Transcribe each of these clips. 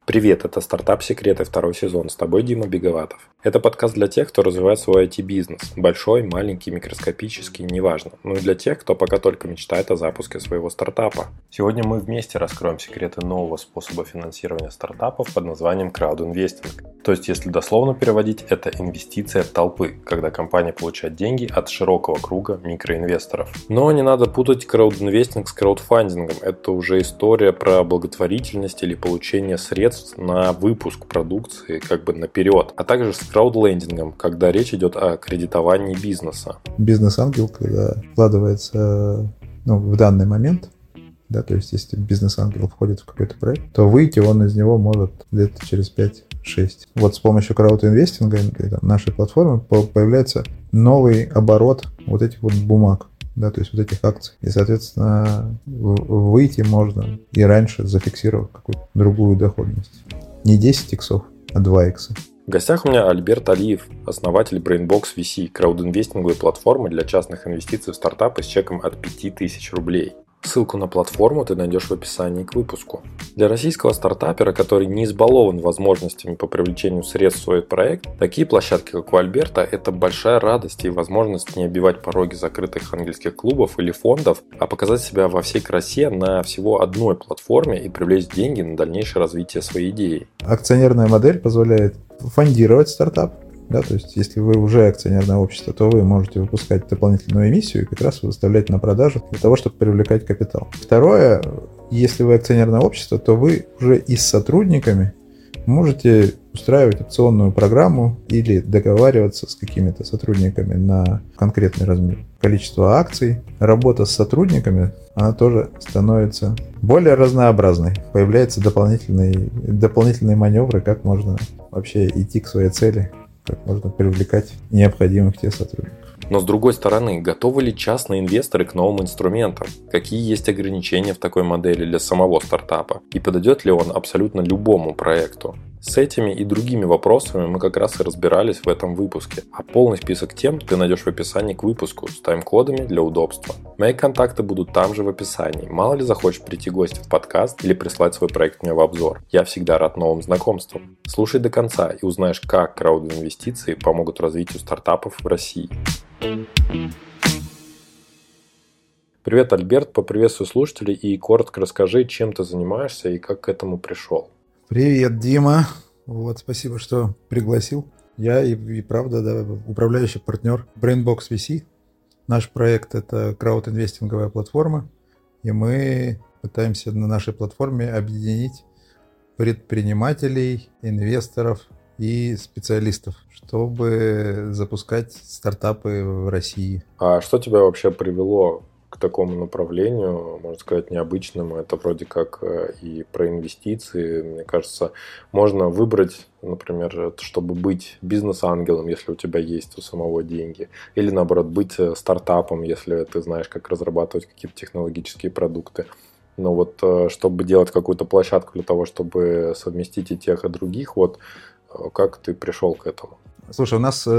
Привет, это «Стартап Секреты», второй сезон. С тобой Дима Беговатов. Это подкаст для тех, кто развивает свой IT-бизнес. Большой, маленький, микроскопический, неважно. Ну и для тех, кто пока только мечтает о запуске своего стартапа. Сегодня мы вместе раскроем секреты нового способа финансирования стартапов под названием краудинвестинг. То есть, если дословно переводить, это инвестиция толпы, когда компания получает деньги от широкого круга микроинвесторов. Но не надо путать краудинвестинг с краудфандингом. Это уже история про благотворительность или получение средств на выпуск продукции как бы наперед, а также с краудлендингом, когда речь идет о кредитовании бизнеса. Бизнес-ангел, когда вкладывается в данный момент, да, то есть если бизнес-ангел входит в какой-то проект, то выйти он из него может где-то через 5-6. Вот с помощью краудинвестинга нашей платформы появляется новый оборот вот этих вот бумаг, да, то есть вот этих акций. И, соответственно, выйти можно и раньше, зафиксировав какую-то другую доходность. Не 10 иксов, а 2 икса. В гостях у меня Альберт Алиев, основатель Brainbox VC, краудинвестинговой платформы для частных инвестиций в стартапы с чеком от 5000 рублей. Ссылку на платформу ты найдешь в описании к выпуску. Для российского стартапера, который не избалован возможностями по привлечению средств в свой проект, такие площадки, как у Альберта, это большая радость и возможность не оббивать пороги закрытых ангельских клубов или фондов, а показать себя во всей красе на всего одной платформе и привлечь деньги на дальнейшее развитие своей идеи. Акционерная модель позволяет фондировать стартап. Да, то есть, если вы уже акционерное общество, то вы можете выпускать дополнительную эмиссию и как раз выставлять на продажу для того, чтобы привлекать капитал. Второе, если вы акционерное общество, то вы уже и с сотрудниками можете устраивать опционную программу или договариваться с какими-то сотрудниками на конкретный размер. Количество акций, работа с сотрудниками, она тоже становится более разнообразной. Появляются дополнительные маневры, как можно вообще идти к своей цели, как можно привлекать необходимых тебе сотрудников. Но с другой стороны, готовы ли частные инвесторы к новым инструментам? Какие есть ограничения в такой модели для самого стартапа? И подойдет ли он абсолютно любому проекту? С этими и другими вопросами мы как раз и разбирались в этом выпуске. А полный список тем ты найдешь в описании к выпуску с тайм-кодами для удобства. Мои контакты будут там же в описании. Мало ли захочешь прийти гостем в подкаст или прислать свой проект мне в обзор. Я всегда рад новым знакомствам. Слушай до конца и узнаешь, как краудинвестиции помогут развитию стартапов в России. Привет, Альберт, поприветствую слушателей и коротко расскажи, чем ты занимаешься и как к этому пришел. Привет, Дима. Спасибо, что пригласил. Я и правда, да, управляющий партнер Brainbox VC. Наш проект – это краудинвестинговая платформа, и мы пытаемся на нашей платформе объединить предпринимателей, инвесторов и специалистов, чтобы запускать стартапы в России. А что тебя вообще привело к такому направлению, можно сказать, необычному? Это вроде как и про инвестиции. Мне кажется, можно выбрать, например, чтобы быть бизнес-ангелом, если у тебя есть у самого деньги, или наоборот быть стартапом, если ты знаешь, как разрабатывать какие-то технологические продукты. Но вот чтобы делать какую-то площадку для того, чтобы совместить и тех, и других, вот как ты пришел к этому? Слушай, у нас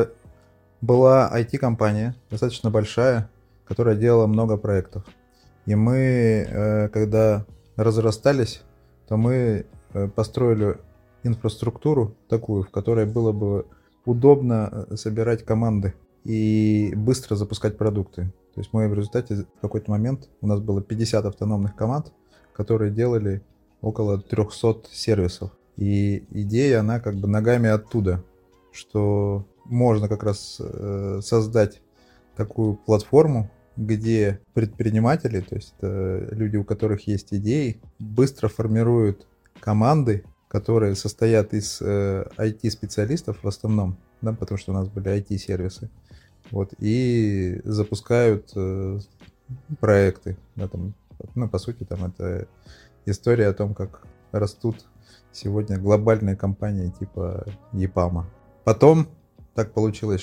была IT-компания, достаточно большая, которая делала много проектов. И мы, когда разрастались, то мы построили инфраструктуру такую, в которой было бы удобно собирать команды и быстро запускать продукты. То есть мы в результате в какой-то момент, у нас было 50 автономных команд, которые делали около 300 сервисов. И идея, она как бы ногами оттуда, что можно как раз создать такую платформу, где предприниматели, то есть люди, у которых есть идеи, быстро формируют команды, которые состоят из IT-специалистов в основном, да, потому что у нас были IT-сервисы, и запускают проекты. Да, там, по сути, там это история о том, как растут сегодня глобальные компании типа EPAM. Потом так получилось,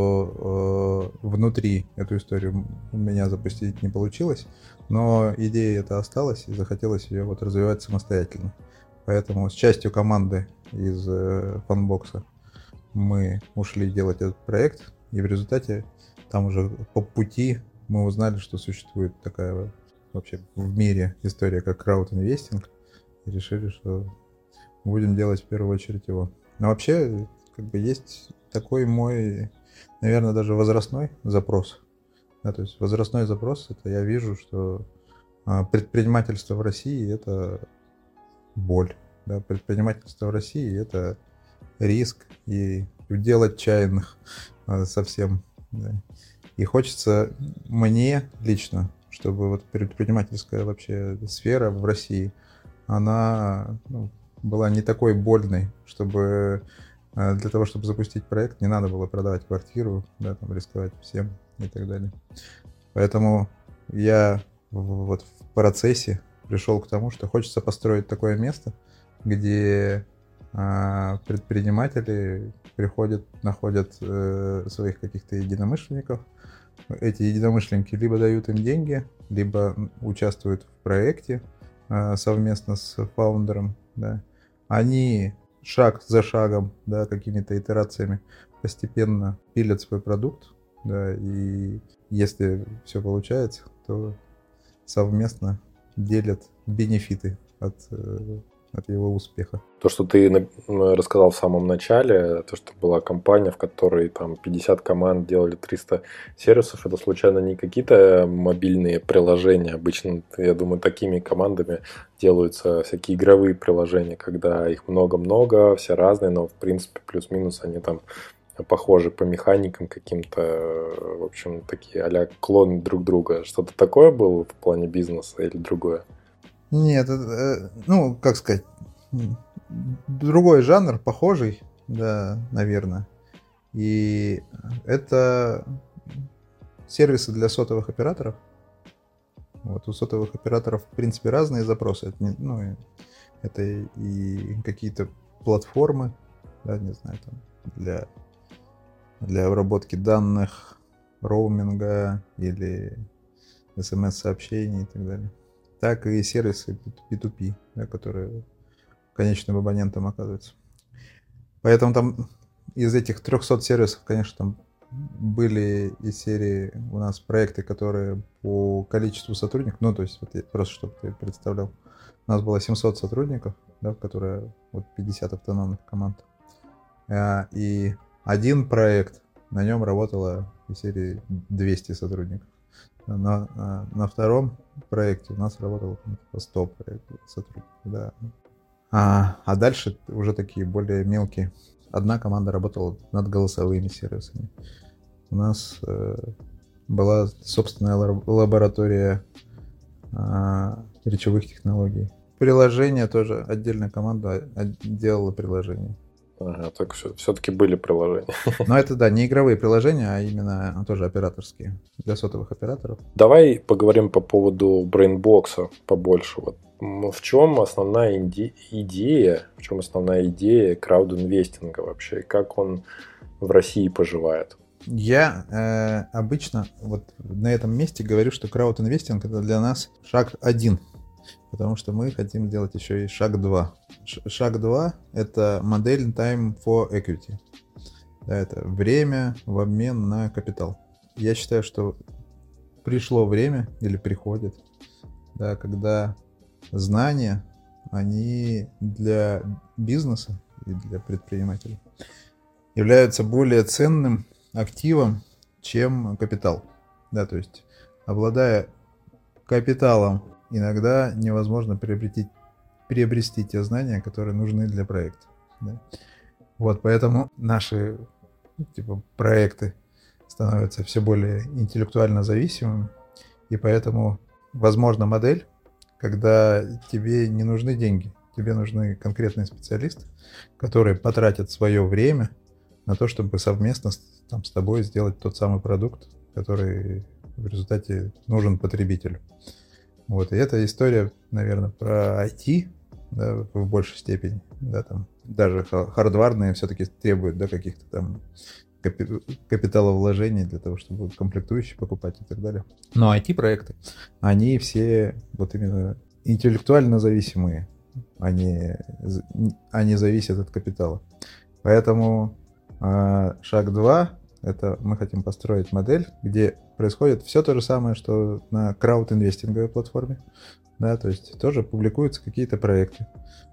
что внутри эту историю у меня запустить не получилось, но идея эта осталась, и захотелось ее развивать самостоятельно. Поэтому с частью команды из фанбокса мы ушли делать этот проект, и в результате там уже по пути мы узнали, что существует такая вообще в мире история, как краудинвестинг, и решили, что будем делать в первую очередь его. Но вообще, как бы есть такой мой, наверное, даже возрастной запрос. Да, то есть возрастной запрос, это я вижу, что предпринимательство в России – это боль. Да, предпринимательство в России – это риск и удел отчаянных совсем. Да. И хочется мне лично, чтобы вот предпринимательская вообще сфера в России, она была не такой больной, чтобы для того, чтобы запустить проект, не надо было продавать квартиру, да, там, рисковать всем и так далее. Поэтому я вот в процессе пришел к тому, что хочется построить такое место, где предприниматели приходят, находят своих каких-то единомышленников. Эти единомышленники либо дают им деньги, либо участвуют в проекте совместно с фаундером. Да. Они шаг за шагом, да, какими-то итерациями постепенно пилят свой продукт. Да, и если все получается, то совместно делят бенефиты от его успеха. То, что ты рассказал в самом начале, то, что была компания, в которой там 50 команд делали 300 сервисов, это случайно не какие-то мобильные приложения? Обычно, я думаю, такими командами делаются всякие игровые приложения, когда их много-много, все разные, но в принципе плюс-минус они там похожи по механикам каким-то, в общем, такие а-ля клоны друг друга. Что-то такое было в плане бизнеса или другое? Нет, как сказать, другой жанр, похожий, да, наверное. И это сервисы для сотовых операторов. Вот у сотовых операторов, в принципе, разные запросы. Это и какие-то платформы, да, не знаю, там, для обработки данных, роуминга или смс-сообщений и так далее. Так и сервисы P2P, да, которые конечным абонентам оказываются. Поэтому там из этих 300 сервисов, конечно, там были из серии у нас проекты, которые по количеству сотрудников, то есть вот просто чтобы ты представлял, у нас было 700 сотрудников, да, в которые вот 50 автономных команд. И один проект, на нем работало из серии 200 сотрудников. На втором проекте у нас работало 100 сотрудников. Да. А дальше уже такие более мелкие. Одна команда работала над голосовыми сервисами. У нас была собственная лаборатория речевых технологий. Приложение тоже, отдельная команда делала приложение. Ага, так все-таки были приложения. Но это, да, не игровые приложения, а именно тоже операторские, для сотовых операторов. Давай поговорим по поводу Brainbox побольше. Вот в чем основная идея краудинвестинга вообще? Как он в России поживает? Я обычно вот на этом месте говорю, что краудинвестинг — это для нас шаг 1. Потому что мы хотим сделать еще и шаг 2. Шаг 2 — это модель Time for Equity. Да, это время в обмен на капитал. Я считаю, что пришло время, или приходит, да, когда знания, они для бизнеса и для предпринимателей являются более ценным активом, чем капитал. Да, то есть, обладая капиталом, иногда невозможно приобрести те знания, которые нужны для проекта. Да? Вот, поэтому наши проекты становятся все более интеллектуально зависимыми, и поэтому возможна модель, когда тебе не нужны деньги, тебе нужны конкретные специалисты, которые потратят свое время на то, чтобы совместно с тобой сделать тот самый продукт, который в результате нужен потребителю. Вот, и эта история, наверное, про IT, да, в большей степени, да, там даже хардварные все-таки требуют, да, каких-то там капиталовложений для того, чтобы комплектующие покупать и так далее. Но IT-проекты, они все вот именно интеллектуально зависимые, они зависят от капитала. Поэтому шаг 2 — это мы хотим построить модель, где происходит все то же самое, что на краудинвестинговой платформе. Да, то есть тоже публикуются какие-то проекты.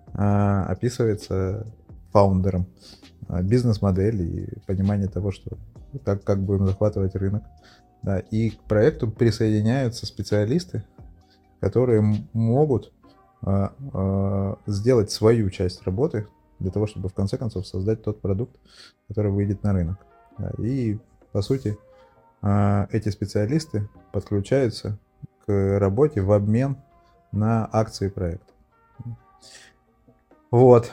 описывается фаундером бизнес-модель и понимание того, что как будем захватывать рынок. Да, и к проекту присоединяются специалисты, которые могут сделать свою часть работы для того, чтобы в конце концов создать тот продукт, который выйдет на рынок. Да, и по сути эти специалисты подключаются к работе в обмен на акции проекта. Вот.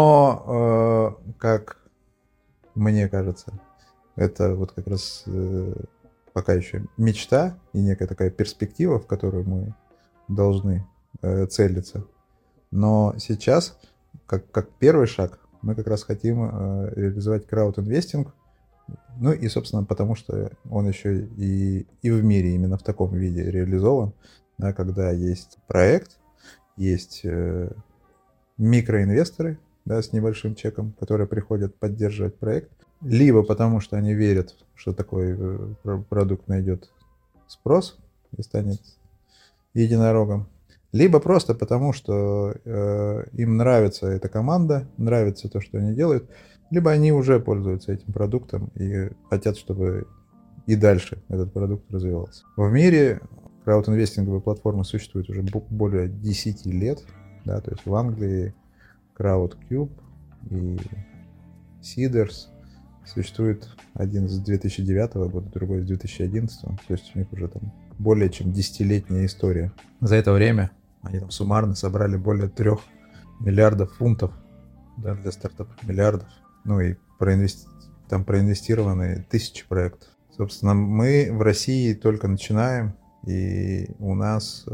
Но, как мне кажется, это вот как раз пока еще мечта и некая такая перспектива, в которую мы должны целиться. Но сейчас, как первый шаг, мы как раз хотим реализовать краудинвестинг. Ну и, собственно, потому что он еще и в мире именно в таком виде реализован, да, когда есть проект, есть микроинвесторы, да, с небольшим чеком, которые приходят поддерживать проект, либо потому что они верят, что такой продукт найдет спрос и станет единорогом, либо просто потому, что им нравится эта команда, нравится то, что они делают, либо они уже пользуются этим продуктом и хотят, чтобы и дальше этот продукт развивался. В мире краудинвестинговые платформы существуют уже более 10 лет. Да, то есть в Англии CrowdCube и Seeders существует один с 2009 года, другой с 2011. То есть у них уже там более чем 10-летняя история. За это время они там суммарно собрали более 3 миллиардов фунтов, да, для стартапов, миллиардов. Ну и там проинвестированы тысячи проектов. Собственно, мы в России только начинаем, и у нас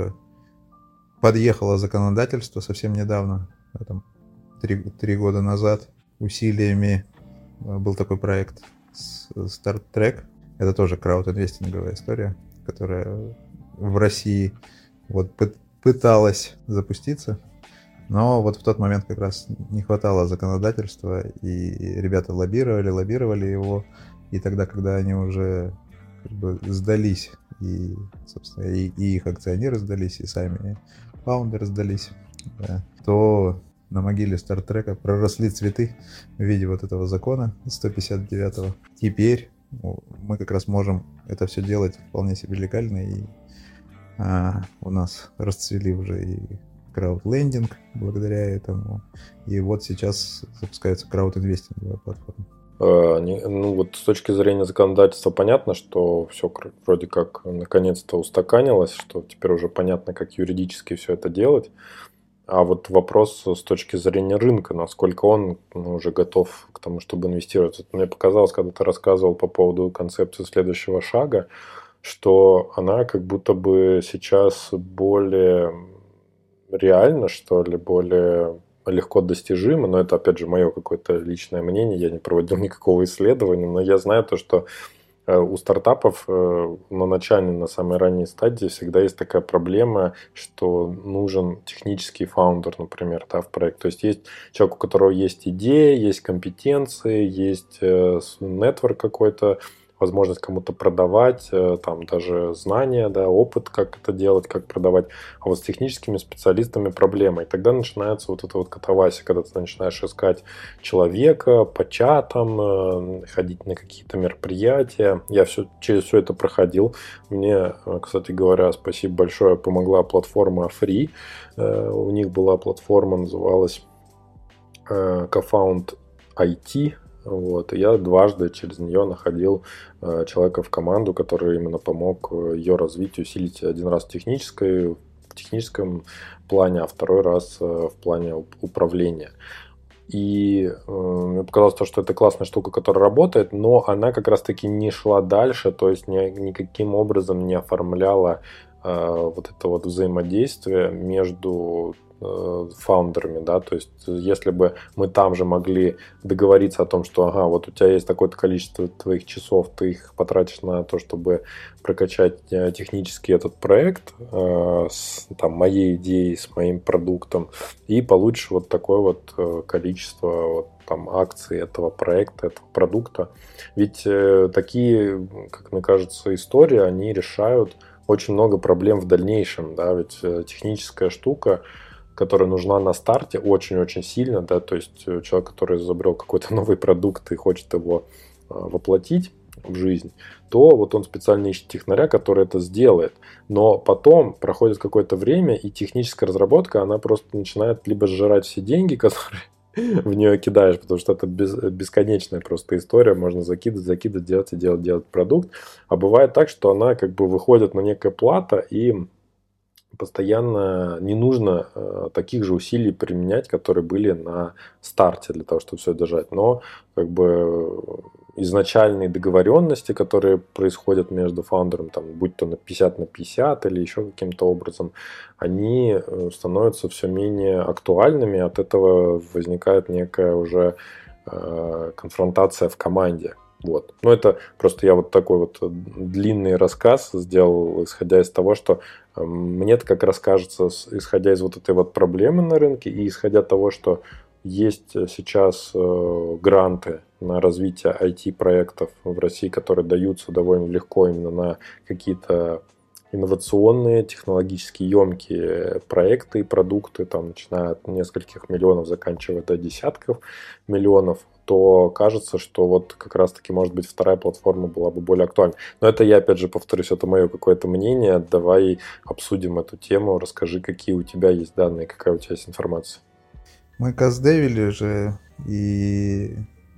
подъехало законодательство совсем недавно, там, 3 года назад, усилиями был такой проект Start Track. Это тоже краудинвестинговая история, которая в России вот пыталась запуститься, но вот в тот момент как раз не хватало законодательства, и ребята лоббировали его, и тогда, когда они уже как бы сдались, и, собственно, и их акционеры сдались, и сами фаундеры сдались, да, то на могиле Стартрека проросли цветы в виде вот этого закона 159-го. Теперь мы как раз можем это все делать вполне себе легально, и у нас расцвели уже и краудлендинг благодаря этому, и вот сейчас запускается краудинвестинговая платформа. Ну вот с точки зрения законодательства понятно, что все вроде как наконец-то устаканилось, что теперь уже понятно, как юридически все это делать. А вот вопрос с точки зрения рынка, насколько он уже готов к тому, чтобы инвестировать. Вот мне показалось, когда ты рассказывал по поводу концепции следующего шага, что она как будто бы сейчас более реальна, что ли, более легко достижимо, но это, опять же, мое какое-то личное мнение, я не проводил никакого исследования, но я знаю то, что у стартапов на начальной, на самой ранней стадии всегда есть такая проблема, что нужен технический фаундер, например, да, в проект. То есть есть человек, у которого есть идея, есть компетенции, есть нетворк какой-то, возможность кому-то продавать, там даже знания, да, опыт, как это делать, как продавать. А вот с техническими специалистами проблема. И тогда начинается вот эта вот катавасия, когда ты начинаешь искать человека по чатам, ходить на какие-то мероприятия. Я через все это проходил. Мне, кстати говоря, спасибо большое, помогла платформа Free. У них была платформа, называлась Cofound IT. Вот. И я дважды через нее находил человека в команду, который именно помог ее развить, усилить один раз в техническом плане, а второй раз в плане управления. И мне показалось, что это классная штука, которая работает, но она как раз-таки не шла дальше, то есть никаким образом не оформляла вот это вот взаимодействие между фаундерами, да, то есть если бы мы там же могли договориться о том, что ага, вот у тебя есть такое-то количество твоих часов, ты их потратишь на то, чтобы прокачать технически этот проект с там, моей идеей, с моим продуктом, и получишь вот такое вот количество вот, там, акций этого проекта, этого продукта. Ведь такие, как мне кажется, истории, они решают очень много проблем в дальнейшем, да, ведь техническая штука, которая нужна на старте очень-очень сильно, да, то есть человек, который изобрел какой-то новый продукт и хочет его воплотить в жизнь, то вот он специально ищет технаря, который это сделает. Но потом проходит какое-то время, и техническая разработка, она просто начинает либо сжирать все деньги, которые в нее кидаешь, потому что это бесконечная просто история, можно закидывать, делать продукт. А бывает так, что она как бы выходит на некая плата, и постоянно не нужно таких же усилий применять, которые были на старте для того, чтобы все держать. Но как бы изначальные договоренности, которые происходят между фаундером, там, будь то на 50/50 или еще каким-то образом, они становятся все менее актуальными. От этого возникает некая уже конфронтация в команде. Вот. Ну, это просто я вот такой вот длинный рассказ сделал, исходя из того, что мне-то как раз кажется, исходя из вот этой вот проблемы на рынке и исходя того, что есть сейчас гранты на развитие IT-проектов в России, которые даются довольно легко именно на какие-то инновационные, технологически емкие проекты и продукты, там, начиная от нескольких миллионов, заканчивая до десятков миллионов, то кажется, что вот как раз-таки, может быть, вторая платформа была бы более актуальна. Но это я, опять же, повторюсь, это мое какое-то мнение. Давай обсудим эту тему. Расскажи, какие у тебя есть данные, какая у тебя есть информация. Мы каздевили же, и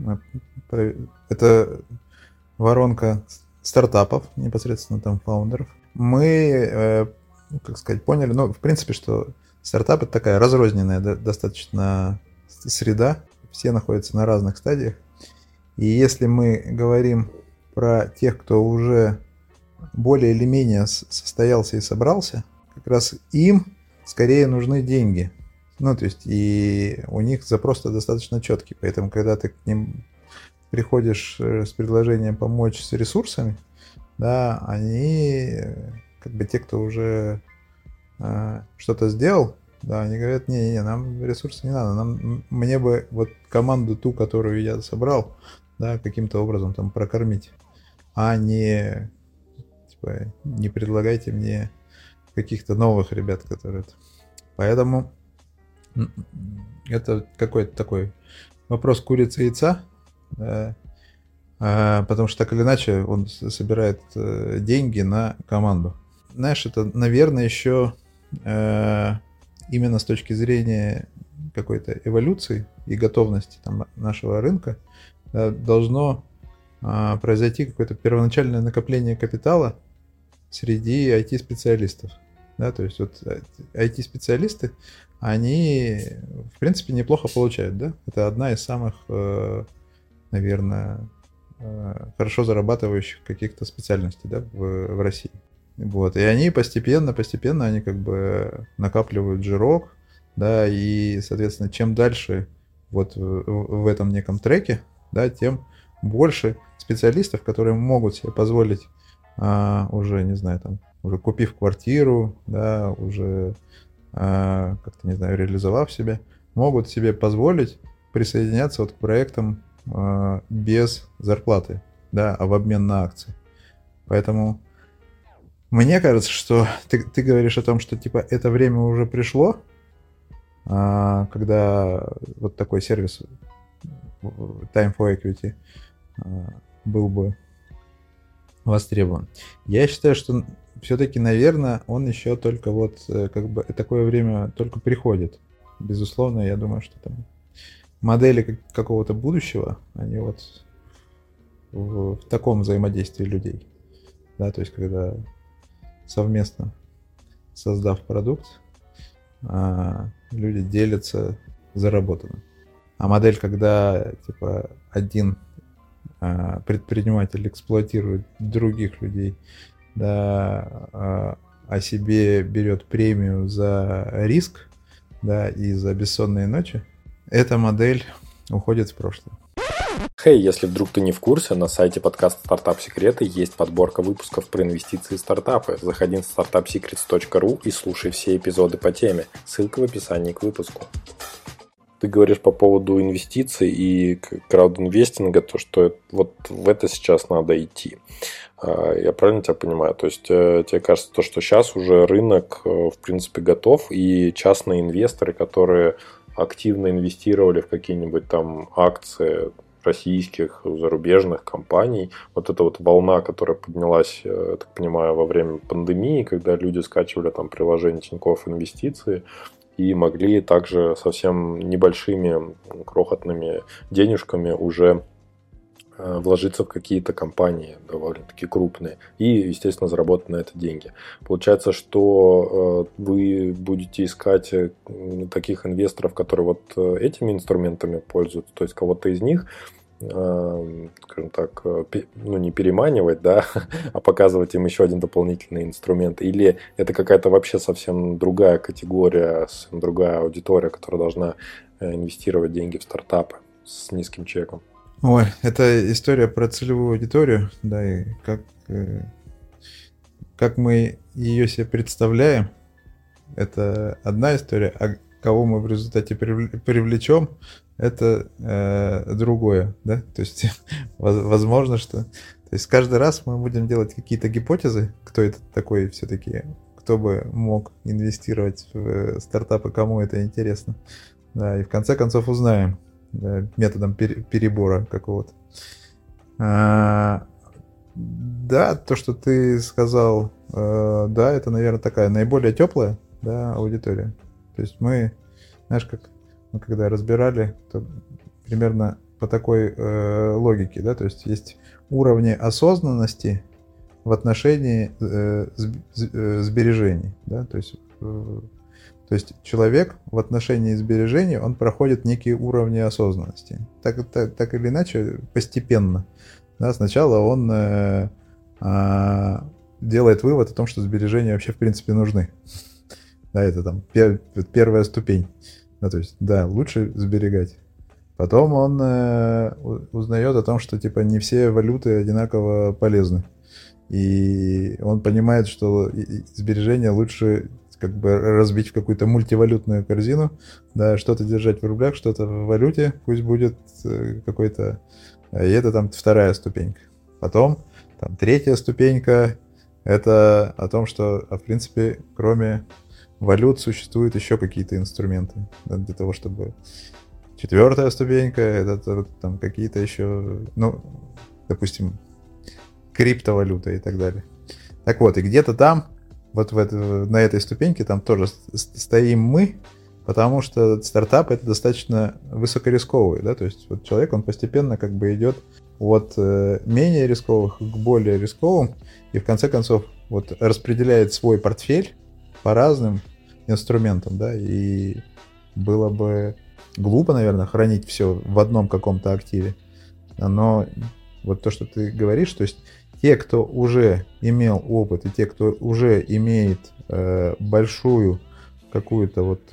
это воронка стартапов, непосредственно там фаундеров. Мы, как сказать, поняли, ну, в принципе, что стартап — это такая разрозненная достаточно среда, все находятся на разных стадиях. И если мы говорим про тех, кто уже более или менее состоялся и собрался, как раз им скорее нужны деньги. Ну, то есть, и у них запрос достаточно четкий. Поэтому, когда ты к ним приходишь с предложением помочь с ресурсами, да, они, как бы те, кто уже что-то сделал, да, они говорят, не, нам ресурсы не надо, мне бы вот команду ту, которую я собрал, да, каким-то образом там прокормить, а не, типа, не предлагайте мне каких-то новых ребят, которые... Поэтому это какой-то такой вопрос курицы и яйца, да, потому что так или иначе он собирает деньги на команду. Знаешь, это, наверное, еще именно с точки зрения какой-то эволюции и готовности там нашего рынка должно произойти какое-то первоначальное накопление капитала среди IT-специалистов. Да, то есть вот IT-специалисты, они, в принципе, неплохо получают, да? Это одна из самых, наверное, хорошо зарабатывающих каких-то специальностей, да, в России. Вот. И они постепенно они как бы накапливают жирок, да, и, соответственно, чем дальше вот в этом неком треке, да, тем больше специалистов, которые могут себе позволить уже, не знаю, там, уже купив квартиру, да, уже как-то, не знаю, реализовав себя, могут себе позволить присоединяться вот к проектам без зарплаты, да, а в обмен на акции. Поэтому мне кажется, что ты говоришь о том, что типа это время уже пришло, когда вот такой сервис Time for Equity был бы востребован. Я считаю, что все-таки, наверное, он еще только вот как бы такое время только приходит. Безусловно, я думаю, что там модели какого-то будущего, они вот в таком взаимодействии людей. Да, то есть, когда совместно создав продукт, люди делятся заработанным. А модель, когда типа один предприниматель эксплуатирует других людей, да, а себе берет премию за риск, да, и за бессонные ночи, эта модель уходит в прошлое. Хей, если вдруг ты не в курсе, на сайте подкаста «Стартап Секреты» есть подборка выпусков про инвестиции и стартапы. Заходи на startupsecrets.ru и слушай все эпизоды по теме. Ссылка в описании к выпуску. ты говоришь по поводу инвестиций и краудинвестинга, то что вот в это сейчас надо идти. Я правильно тебя понимаю? То есть тебе кажется, то, что сейчас уже рынок в принципе готов, и частные инвесторы, которые активно инвестировали в какие-нибудь там акции российских, зарубежных компаний, вот эта вот волна, которая поднялась, я так понимаю, во время пандемии, когда люди скачивали там приложение Тинькофф Инвестиции и могли также совсем небольшими крохотными денежками уже вложиться в какие-то компании довольно-таки крупные и, естественно, заработать на это деньги. Получается, что вы будете искать таких инвесторов, которые вот этими инструментами пользуются, то есть кого-то из них, скажем так, ну не переманивать, да, а показывать им еще один дополнительный инструмент, или это какая-то вообще совсем другая категория, совсем другая аудитория, которая должна инвестировать деньги в стартапы с низким чеком? Ой, это история про целевую аудиторию, да, и как мы ее себе представляем, это одна история, а кого мы в результате привлечем, это другое, да, то есть возможно, что... То есть каждый раз мы будем делать какие-то гипотезы, кто это такой все-таки, кто бы мог инвестировать в стартапы, кому это интересно, да, и в конце концов узнаем, методом перебора какого-то. Да, то, что ты сказал, да, это, наверное, такая наиболее теплая, да, аудитория. То есть мы, знаешь, как мы когда разбирали, то примерно по такой логике, да, то есть есть уровни осознанности в отношении сбережений, да, то есть человек в отношении сбережений, он проходит некие уровни осознанности. Так или иначе, постепенно. Да, сначала он делает вывод о том, что сбережения вообще в принципе нужны. Да, это там первая ступень. Да, то есть, да, лучше сберегать. Потом он узнает о том, что типа не все валюты одинаково полезны. И он понимает, что сбережения лучше как бы разбить в какую-то мультивалютную корзину, да, что-то держать в рублях, что-то в валюте, пусть будет какой-то... И это там вторая ступенька. Потом там третья ступенька, это о том, что, в принципе, кроме валют существуют еще какие-то инструменты, да, для того, чтобы... Четвертая ступенька, это там какие-то еще, ну, допустим, криптовалюта и так далее. Так вот, и где-то там, вот на этой ступеньке, там тоже стоим мы, потому что стартап это достаточно высокорисковый, да, то есть вот человек, он постепенно как бы идет от менее рисковых к более рисковым, и в конце концов вот распределяет свой портфель по разным инструментам, да, и было бы глупо, наверное, хранить все в одном каком-то активе, но вот то, что ты говоришь, то есть те, кто уже имел опыт, и те, кто уже имеет большую какую-то вот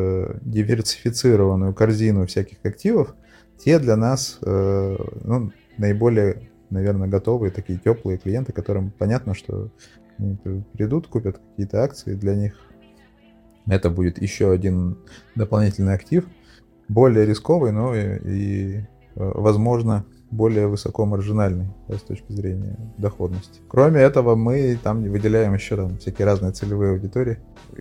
диверсифицированную корзину всяких активов, те для нас ну, наиболее, наверное, готовые, такие теплые клиенты, которым понятно, что придут, купят какие-то акции, для них это будет еще один дополнительный актив, более рисковый, но и возможно, более высокомаржинальный, да, с точки зрения доходности. Кроме этого, мы там выделяем еще там всякие разные целевые аудитории.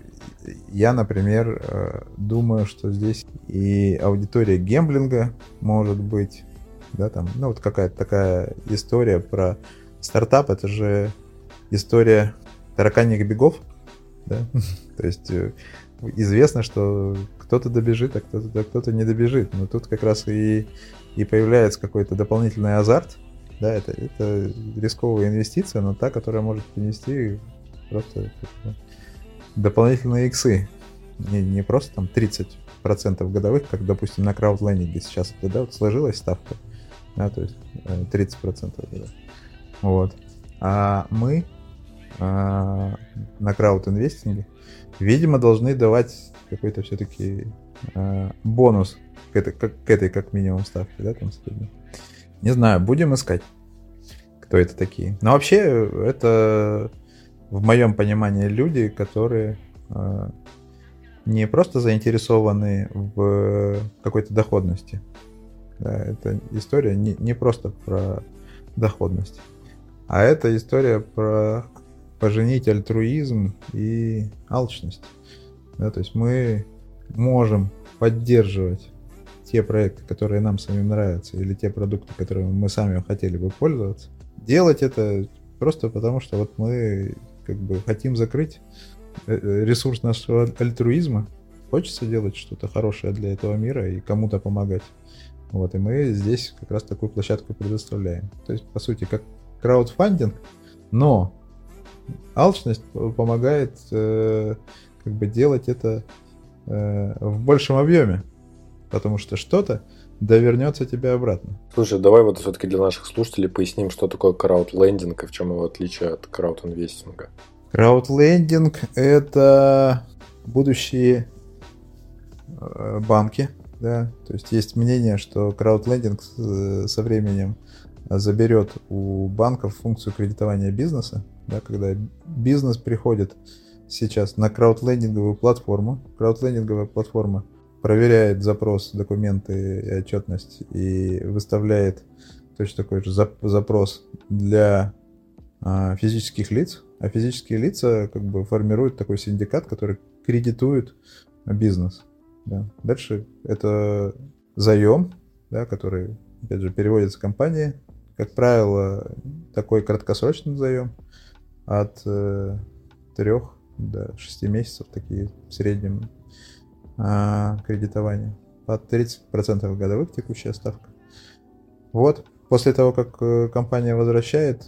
Я, например, думаю, что здесь и аудитория гэмблинга может быть, да, там, ну вот какая-то такая история про стартап, это же история тараканьих бегов, да, то есть известно, что кто-то добежит, а кто-то не добежит, но тут как раз и появляется какой-то дополнительный азарт, да, это рисковая инвестиция, но та, которая может принести просто дополнительные иксы, не просто там 30% годовых, как, допустим, на краудлендинге сейчас, да, вот сложилась ставка, да, то есть 30%, да. Вот, а мы на краудинвестинге, видимо, должны давать какой-то все-таки бонус к этой как минимум ставке, да, там средней. Не знаю, будем искать, кто это такие. Но вообще это в моем понимании люди, которые не просто заинтересованы в какой-то доходности. Да, это история не просто про доходность, а это история про поженить альтруизм и алчность. Да, то есть мы можем поддерживать те проекты, которые нам самим нравятся, или те продукты, которыми мы сами хотели бы пользоваться. Делать это просто потому, что вот мы как бы хотим закрыть ресурс нашего альтруизма. Хочется делать что-то хорошее для этого мира и кому-то помогать. Вот, и мы здесь как раз такую площадку предоставляем. То есть, по сути, как краудфандинг, но алчность помогает как бы делать это в большем объеме, потому что что-то довернется тебе обратно. Слушай, давай вот все-таки для наших слушателей поясним, что такое краудлендинг и в чем его отличие от краудинвестинга. Краудлендинг — это будущие банки, да, то есть мнение, что краудлендинг со временем заберет у банков функцию кредитования бизнеса, да, когда бизнес приходит сейчас на краудлендинговую платформу. Краудлендинговая платформа проверяет запрос, документы и отчетность и выставляет точно такой же запрос для физических лиц, а физические лица как бы формируют такой синдикат, который кредитует бизнес. Да. Дальше это заем, да, который, опять же, переводится компанией. Как правило, такой краткосрочный заем от 3 до 6 месяцев, такие в среднем кредитования. Под 30% годовых текущая ставка. Вот. После того, как компания возвращает,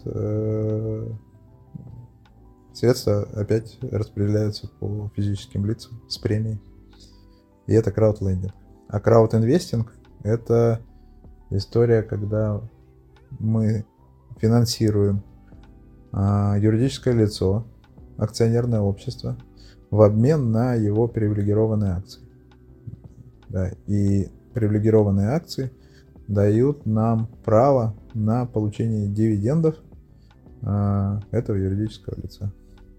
средства опять распределяются по физическим лицам с премией. И это краудлендинг. А краудинвестинг — это история, когда мы финансируем юридическое лицо, акционерное общество, в обмен на его привилегированные акции. Да, и привилегированные акции дают нам право на получение дивидендов этого юридического лица.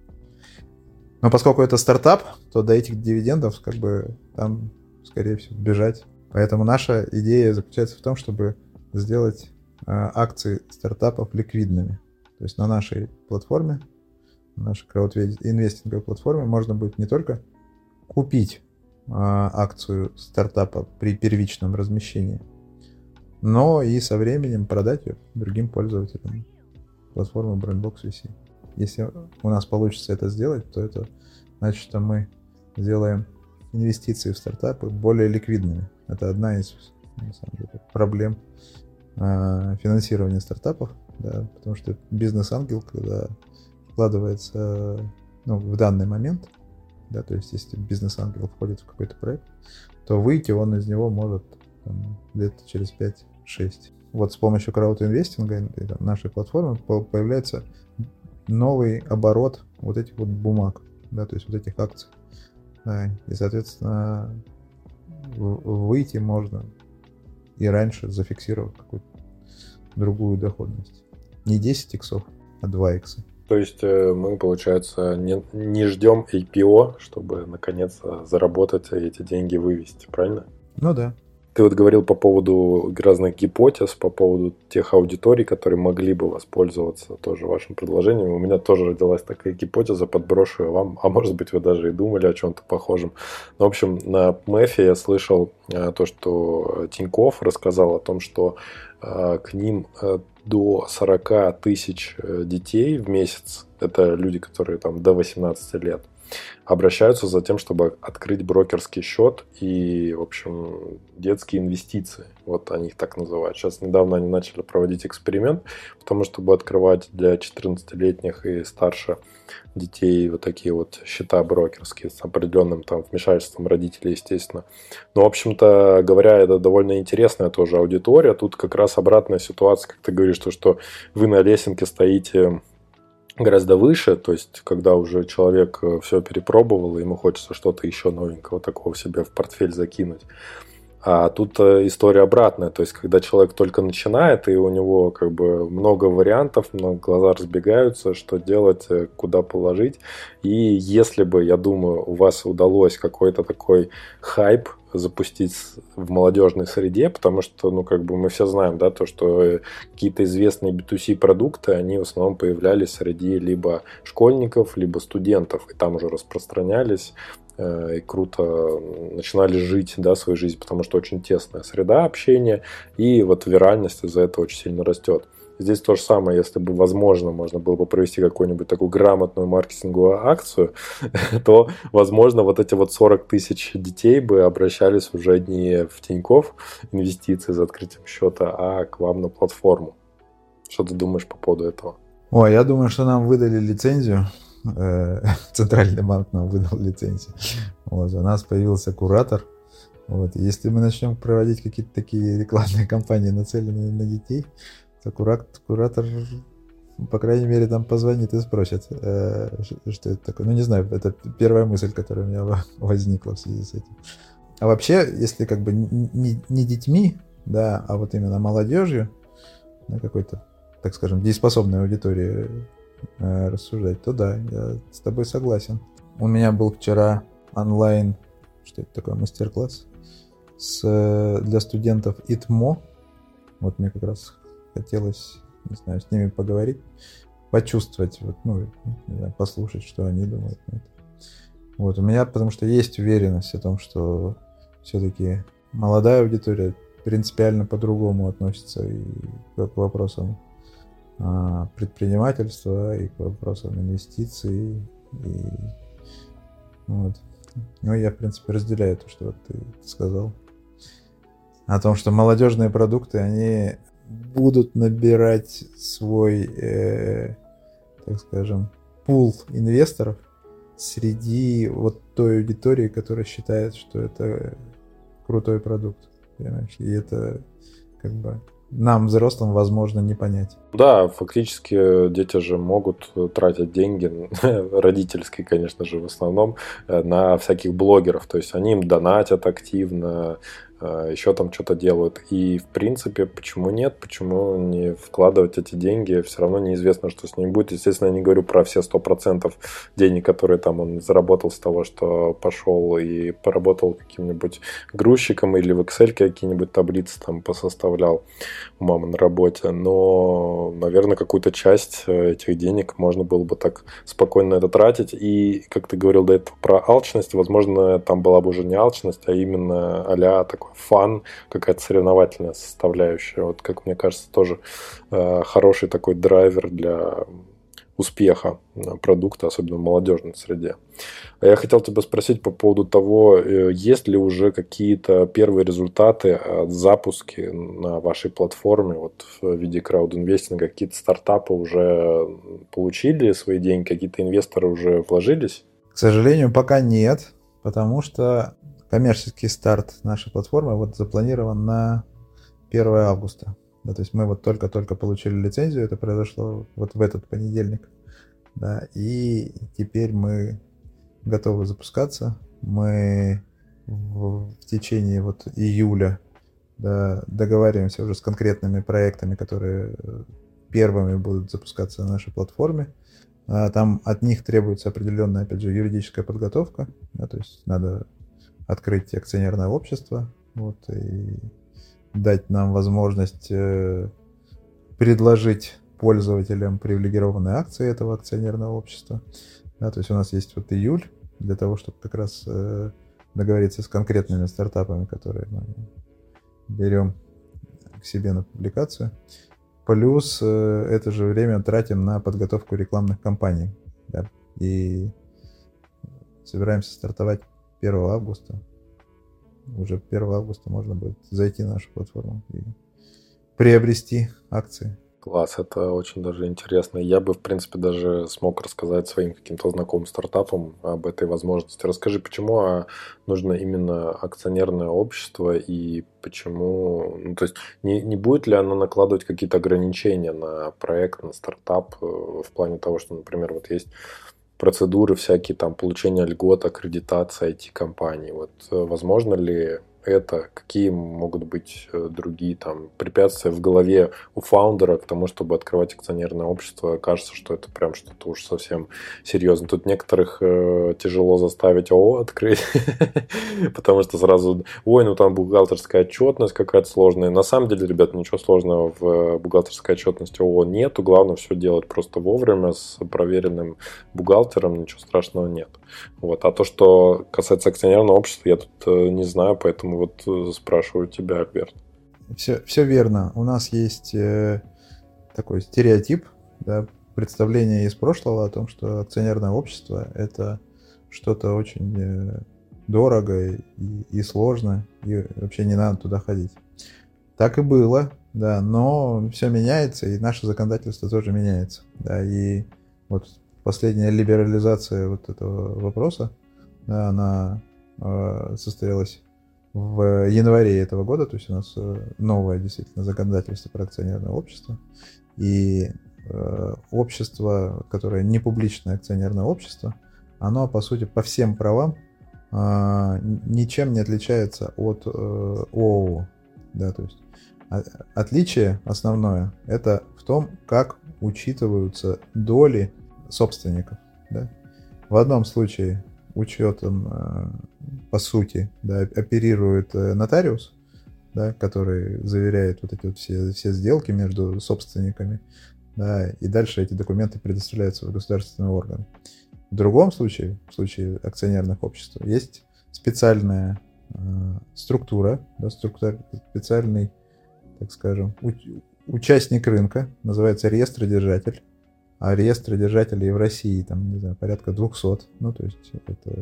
Но поскольку это стартап, то до этих дивидендов как бы там, скорее всего, бежать. Поэтому наша идея заключается в том, чтобы сделать акции стартапов ликвидными. То есть на нашей платформе, на нашей краудинвестинговой платформе можно будет не только купить акцию стартапа при первичном размещении, но и со временем продать ее другим пользователям платформы Brandbox VC. Если у нас получится это сделать, то это значит, что мы сделаем инвестиции в стартапы более ликвидными. Это одна из, на самом деле, проблем финансирования стартапов, да, потому что бизнес-ангел, когда вкладывается в данный момент, да, то есть если бизнес-ангел входит в какой-то проект, то выйти он из него может лет через 5-6. Вот с помощью краудинвестинга нашей платформы появляется новый оборот вот этих вот бумаг, да, то есть вот этих акций. Да, и, соответственно, выйти можно и раньше, зафиксировав какую-то другую доходность. Не 10 иксов, а 2 икса. То есть мы, получается, не ждем IPO, чтобы наконец заработать и эти деньги вывести, правильно? Ну да. Ты вот говорил по поводу разных гипотез, по поводу тех аудиторий, которые могли бы воспользоваться тоже вашим предложением. У меня тоже родилась такая гипотеза, подброшу ее вам, а может быть вы даже и думали о чем-то похожем. Но, в общем, на МЭФе я слышал то, что Тинькофф рассказал о том, что к ним до 40 тысяч детей в месяц, это люди, которые там до 18 лет, обращаются за тем, чтобы открыть брокерский счет и, в общем, детские инвестиции. Вот они их так называют. Сейчас недавно они начали проводить эксперимент, потому чтобы открывать для 14-летних и старше детей вот такие вот счета брокерские с определенным там вмешательством родителей, естественно. Но, в общем-то говоря, это довольно интересная тоже аудитория. Тут как раз обратная ситуация, как ты говоришь, что вы на лесенке стоите гораздо выше, то есть когда уже человек все перепробовал, и ему хочется что-то еще новенького такого себе в портфель закинуть. А тут история обратная, то есть когда человек только начинает, и у него как бы много вариантов, много глаза разбегаются, что делать, куда положить. И если бы, я думаю, у вас удалось какой-то такой хайп запустить в молодежной среде, потому что, ну, как бы мы все знаем, да, то, что какие-то известные B2C продукты, они в основном появлялись среди либо школьников, либо студентов, и там уже распространялись и круто начинали жить, да, свою жизнь, потому что очень тесная среда общения, и вот виральность из-за этого очень сильно растет. Здесь то же самое, если бы, возможно, можно было бы провести какую-нибудь такую грамотную маркетинговую акцию, то, возможно, вот эти вот 40 тысяч детей бы обращались уже не в Тинькофф инвестиции за открытием счета, а к вам на платформу. Что ты думаешь по поводу этого? Ой, я думаю, что нам выдали лицензию. Центральный банк нам выдал лицензию. Вот, у нас появился куратор. Вот, если мы начнем проводить какие-то такие рекламные кампании, нацеленные на детей, то куратор, по крайней мере, там позвонит и спросит, что это такое. Ну, не знаю, это первая мысль, которая у меня возникла в связи с этим. А вообще, если как бы не детьми, да, а вот именно молодежью, на какой-то, так скажем, дееспособной аудитории рассуждать, то да, я с тобой согласен. У меня был вчера онлайн, что это такое, мастер-класс для студентов ИТМО. Вот мне как раз хотелось, не знаю, с ними поговорить, почувствовать, вот, ну, не знаю, послушать, что они думают. Вот у меня, потому что есть уверенность о том, что все-таки молодая аудитория принципиально по-другому относится и к вопросам предпринимательства, и к вопросам инвестиций. И вот. Ну, я, в принципе, разделяю то, что вот ты сказал. О том, что молодежные продукты, они будут набирать свой, так скажем, пул инвесторов среди вот той аудитории, которая считает, что это крутой продукт. Понимаешь? И это как бы нам, взрослым, возможно, не понять. Да, фактически дети же могут тратить деньги, родительские, конечно же, в основном, на всяких блогеров. То есть они им донатят активно, еще там что-то делают. И, в принципе, почему нет? Почему не вкладывать эти деньги? Все равно неизвестно, что с ними будет. Естественно, я не говорю про все 100% денег, которые там он заработал с того, что пошел и поработал каким-нибудь грузчиком или в Excel какие-нибудь таблицы там посоставлял у мамы на работе. Но, наверное, какую-то часть этих денег можно было бы так спокойно это тратить. И, как ты говорил до этого про алчность, возможно, там была бы уже не алчность, а именно а-ля такой фан, какая-то соревновательная составляющая. Вот, как мне кажется, тоже хороший такой драйвер для успеха продукта, особенно в молодежной среде. А я хотел тебя спросить по поводу того, есть ли уже какие-то первые результаты от запуски на вашей платформе вот в виде краудинвестинга, какие-то стартапы уже получили свои деньги, какие-то инвесторы уже вложились? К сожалению, пока нет, потому что коммерческий старт нашей платформы вот запланирован на 1 августа. Да, то есть мы вот только-только получили лицензию, это произошло вот в этот понедельник. Да, и теперь мы готовы запускаться. Мы в течение вот июля, да, договариваемся уже с конкретными проектами, которые первыми будут запускаться на нашей платформе. Там от них требуется определенная, опять же, юридическая подготовка. Да, то есть надо открыть акционерное общество, вот, и дать нам возможность предложить пользователям привилегированные акции этого акционерного общества. Да, то есть у нас есть вот июль для того, чтобы как раз договориться с конкретными стартапами, которые мы берем к себе на публикацию. Плюс это же время тратим на подготовку рекламных кампаний. Да, и собираемся стартовать 1 августа. Уже 1 августа можно будет зайти на нашу платформу и приобрести акции. Класс, это очень даже интересно. Я бы, в принципе, даже смог рассказать своим каким-то знакомым стартапам об этой возможности. Расскажи, почему нужно именно акционерное общество и почему... Ну, то есть не будет ли оно накладывать какие-то ограничения на проект, на стартап в плане того, что, например, вот есть процедуры всякие, там, получения льгот, аккредитация IT-компаний. Вот возможно ли это? Какие могут быть другие там препятствия в голове у фаундера к тому, чтобы открывать акционерное общество? Кажется, что это прям что-то уж совсем серьезно. Тут некоторых тяжело заставить ООО открыть, потому что сразу, ну там бухгалтерская отчетность какая-то сложная. На самом деле, ребят, ничего сложного в бухгалтерской отчетности ООО нету. Главное все делать просто вовремя с проверенным бухгалтером, ничего страшного нет. Вот. А то, что касается акционерного общества, я тут не знаю, поэтому вот спрашиваю тебя, Альберт. Все верно. У нас есть такой стереотип, да, представление из прошлого о том, что акционерное общество – это что-то очень дорого и сложно, и вообще не надо туда ходить. Так и было, да, но все меняется, и наше законодательство тоже меняется. Да, и вот последняя либерализация вот этого вопроса, да, она состоялась в январе этого года, то есть у нас новое действительно законодательство про акционерное общество, и общество, которое не публичное акционерное общество, оно, по сути, по всем правам ничем не отличается от ООО. Да, то есть отличие основное это в том, как учитываются доли собственников. Да. В одном случае учетом, по сути, да, оперирует нотариус, да, который заверяет вот эти вот все сделки между собственниками, да, и дальше эти документы предоставляются в государственные органы. В другом случае, в случае акционерных обществ, есть специальная структура, да, специальный, так скажем, участник рынка, называется реестродержатель. А реестродержателей в России там, не знаю, порядка 200. Ну, то есть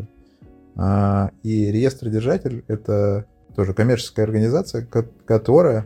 это... И реестродержатель — это тоже коммерческая организация, которая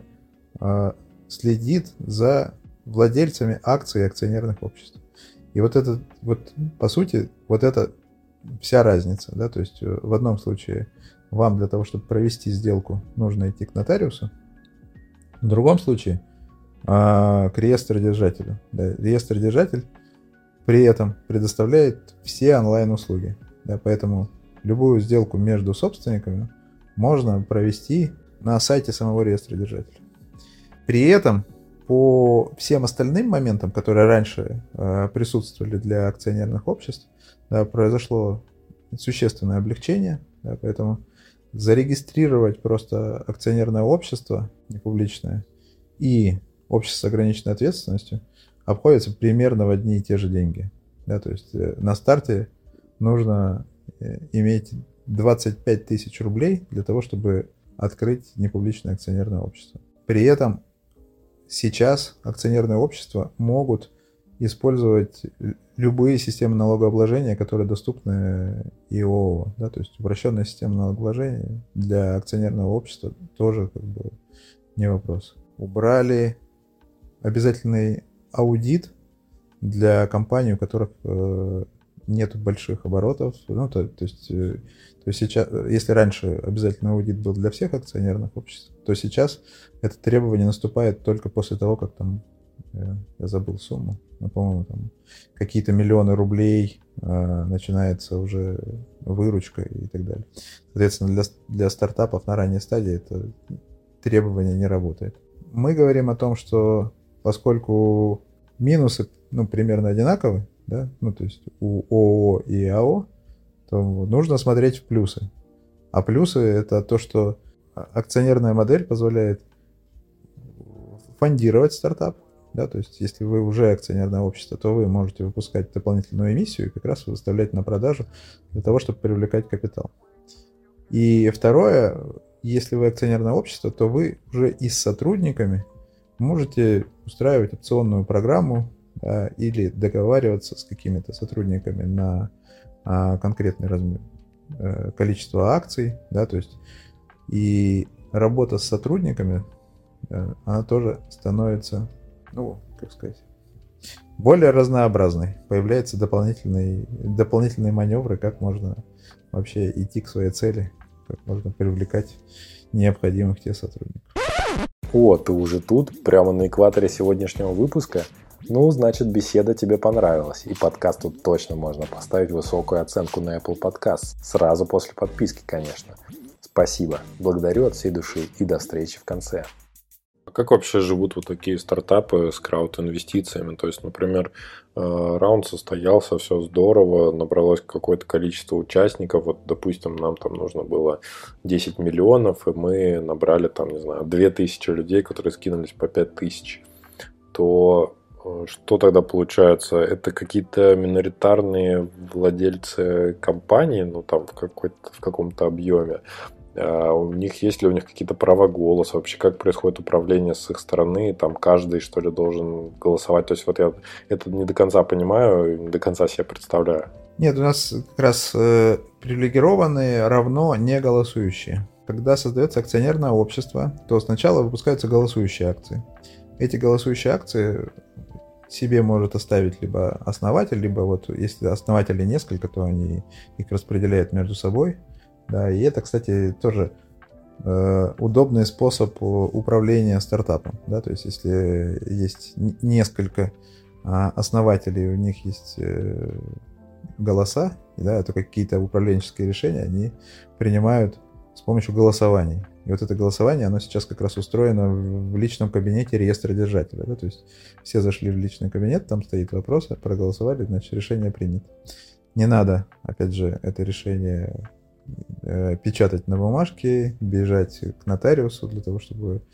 следит за владельцами акций акционерных обществ. И вот это, вот, по сути, вот это вся разница, да, то есть в одном случае вам для того, чтобы провести сделку, нужно идти к нотариусу, в другом случае к реестродержателю. Да, реестродержатель при этом предоставляет все онлайн-услуги, да, поэтому любую сделку между собственниками можно провести на сайте самого реестродержателя. При этом по всем остальным моментам, которые раньше присутствовали для акционерных обществ, да, произошло существенное облегчение, да, поэтому зарегистрировать просто акционерное общество непубличное и общество с ограниченной ответственностью обходится примерно в одни и те же деньги. Да, то есть на старте нужно иметь 25 тысяч рублей для того, чтобы открыть непубличное акционерное общество. При этом сейчас акционерные общества могут использовать любые системы налогообложения, которые доступны и ООО. Да, то есть упрощенная система налогообложения для акционерного общества тоже как бы не вопрос. Убрали обязательный аудит для компаний, у которых нет больших оборотов. Ну, то есть сейчас, если раньше обязательный аудит был для всех акционерных обществ, то сейчас это требование наступает только после того, как там, я забыл сумму, но, по-моему, там какие-то миллионы рублей начинается уже выручка и так далее. Соответственно, для стартапов на ранней стадии это требование не работает. Мы говорим о том, что поскольку минусы, ну, примерно одинаковы, да, ну, то есть у ООО и АО, то нужно смотреть в плюсы. А плюсы — это то, что акционерная модель позволяет фондировать стартап, да, то есть если вы уже акционерное общество, то вы можете выпускать дополнительную эмиссию и как раз выставлять на продажу для того, чтобы привлекать капитал. И второе, если вы акционерное общество, то вы уже и с сотрудниками можете устраивать опционную программу, да, или договариваться с какими-то сотрудниками на конкретный размер, количество акций, да, то есть и работа с сотрудниками, она тоже становится, ну, как сказать, более разнообразной. Появляются дополнительные маневры, как можно вообще идти к своей цели, как можно привлекать необходимых тебе сотрудников. О, ты уже тут, прямо на экваторе сегодняшнего выпуска? Ну, значит, беседа тебе понравилась, и подкасту точно можно поставить высокую оценку на Apple Podcasts, сразу после подписки, конечно. Спасибо. Благодарю от всей души и до встречи в конце. Как вообще живут вот такие стартапы с крауд-инвестициями? То есть, например, раунд состоялся, все здорово, набралось какое-то количество участников. Вот, допустим, нам там нужно было 10 миллионов, и мы набрали там, не знаю, 2000 людей, которые скинулись по 5000. То что тогда получается? Это какие-то миноритарные владельцы компании, ну там в каком-то объеме. У них есть ли у них какие-то права голоса? Вообще, как происходит управление с их стороны? Там каждый, что ли, должен голосовать? То есть, вот я это не до конца понимаю, не до конца себе представляю. Нет, у нас как раз привилегированные равно не голосующие. Когда создается акционерное общество, то сначала выпускаются голосующие акции. Эти голосующие акции себе может оставить либо основатель, либо вот если основателей несколько, то они их распределяют между собой. Да, и это, кстати, тоже удобный способ управления стартапом. Да, то есть, если есть несколько основателей, у них есть голоса, да, то какие-то управленческие решения они принимают с помощью голосований. И вот это голосование, оно сейчас как раз устроено в личном кабинете реестродержателя. Да, то есть все зашли в личный кабинет, там стоит вопрос, проголосовали, значит, решение принято. Не надо, опять же, это решение печатать на бумажке, бежать к нотариусу для того, чтобы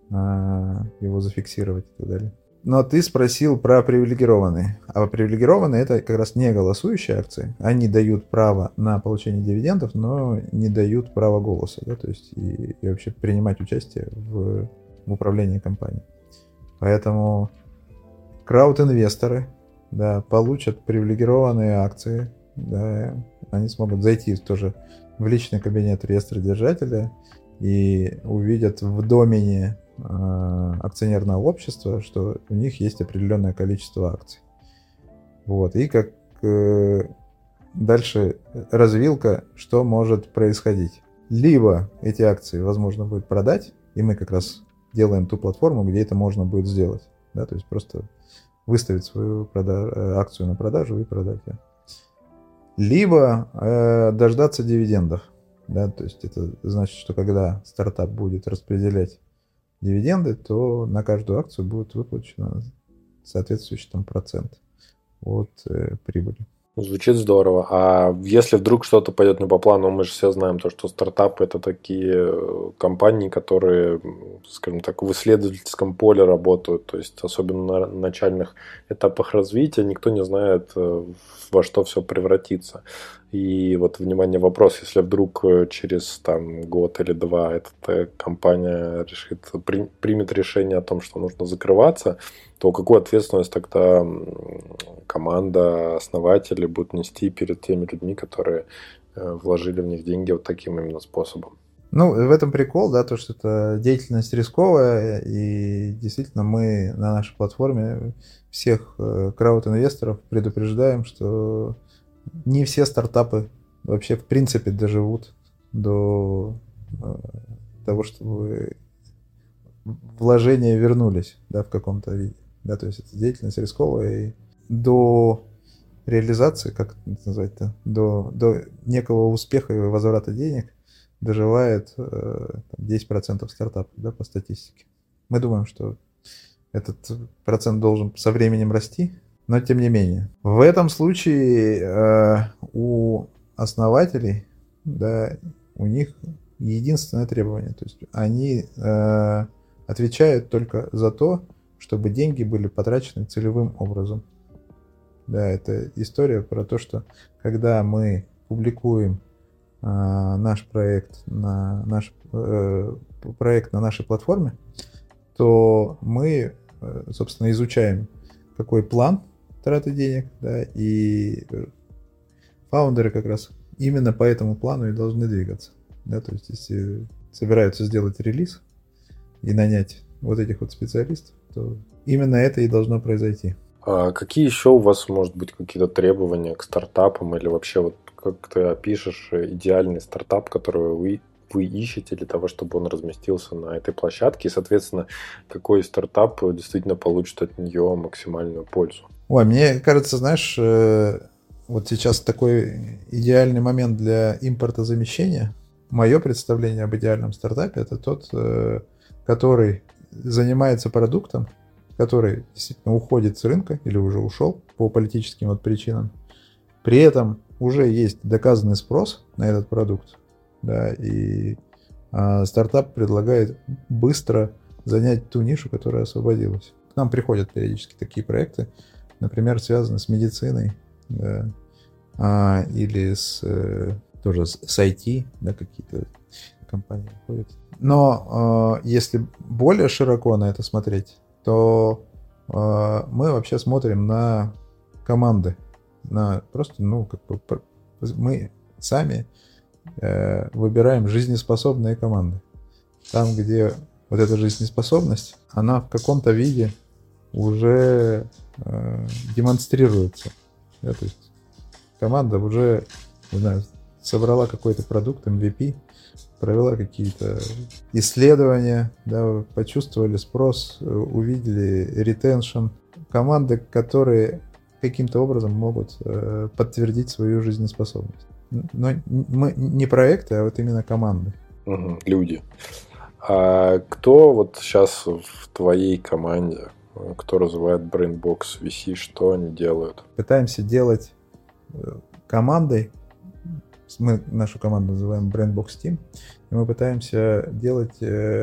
его зафиксировать и так далее. Но ты спросил про привилегированные. А привилегированные — это как раз не голосующие акции. Они дают право на получение дивидендов, но не дают права голоса. Да? То есть и вообще принимать участие в управлении компанией. Поэтому крауд-инвесторы, да, получат привилегированные акции. Да, они смогут зайти тоже в личный кабинет реестродержателя и увидят в домене акционерного общества, что у них есть определенное количество акций. Вот. И как дальше развилка, что может происходить. Либо эти акции возможно будет продать, и мы как раз делаем ту платформу, где это можно будет сделать. Да? То есть просто выставить свою акцию на продажу и продать ее. Либо дождаться дивидендов. Да? То есть это значит, что когда стартап будет распределять дивиденды, то на каждую акцию будет выплачено соответствующий там процент от прибыли. Звучит здорово. А если вдруг что-то пойдет не по плану, мы же все знаем то, что стартапы — это такие компании, которые, скажем так, в исследовательском поле работают. То есть, особенно на начальных этапах развития, никто не знает, во что все превратится. И вот, внимание, вопрос, если вдруг через там, год или два эта компания примет решение о том, что нужно закрываться, то какую ответственность тогда команда, основатели будут нести перед теми людьми, которые вложили в них деньги вот таким именно способом? Ну, в этом прикол, да, то, что это деятельность рисковая, и действительно мы на нашей платформе всех крауд-инвесторов предупреждаем, что не все стартапы вообще в принципе доживут до того, чтобы вложения вернулись, да, в каком-то виде. Да, то есть это деятельность рисковая, и до реализации, как это назвать-то, до некого успеха и возврата денег доживает 10% стартапов, да, по статистике. Мы думаем, что этот процент должен со временем расти, но тем не менее. В этом случае у основателей, да, у них единственное требование, то есть они отвечают только за то, чтобы деньги были потрачены целевым образом. Да, это история про то, что когда мы публикуем наш проект на нашей платформе, то мы, собственно, изучаем, какой план траты денег, да, и фаундеры как раз именно по этому плану и должны двигаться. Да, то есть, если собираются сделать релиз и нанять вот этих вот специалистов, то именно это и должно произойти. А какие еще у вас, может быть, какие-то требования к стартапам или вообще вот как ты опишешь идеальный стартап, который вы ищете для того, чтобы он разместился на этой площадке, и, соответственно, какой стартап действительно получит от нее максимальную пользу? Ой, мне кажется, знаешь, вот сейчас такой идеальный момент для импортозамещения. мое представление об идеальном стартапе — это тот, который занимается продуктом, который действительно уходит с рынка или уже ушел по политическим вот причинам. При этом уже есть доказанный спрос на этот продукт, да, и стартап предлагает быстро занять ту нишу, которая освободилась. К нам приходят периодически такие проекты, например, связанные с медициной, да, или тоже с IT, да, какие-то компании ходят. Но если более широко на это смотреть, то мы вообще смотрим на команды, на просто, мы сами выбираем жизнеспособные команды. Там, где вот эта жизнеспособность, она в каком-то виде уже демонстрируется. Да, то есть команда уже, не знаю, собрала какой-то продукт, MVP, провела какие-то исследования, да, почувствовали спрос, увидели ретеншн. Команды, которые каким-то образом могут подтвердить свою жизнеспособность. Но мы не проекты, а вот именно команды. Люди. А кто вот сейчас в твоей команде, кто развивает BrainBox VC, что они делают? Пытаемся делать командой, мы нашу команду называем BrainBox Team, и мы пытаемся делать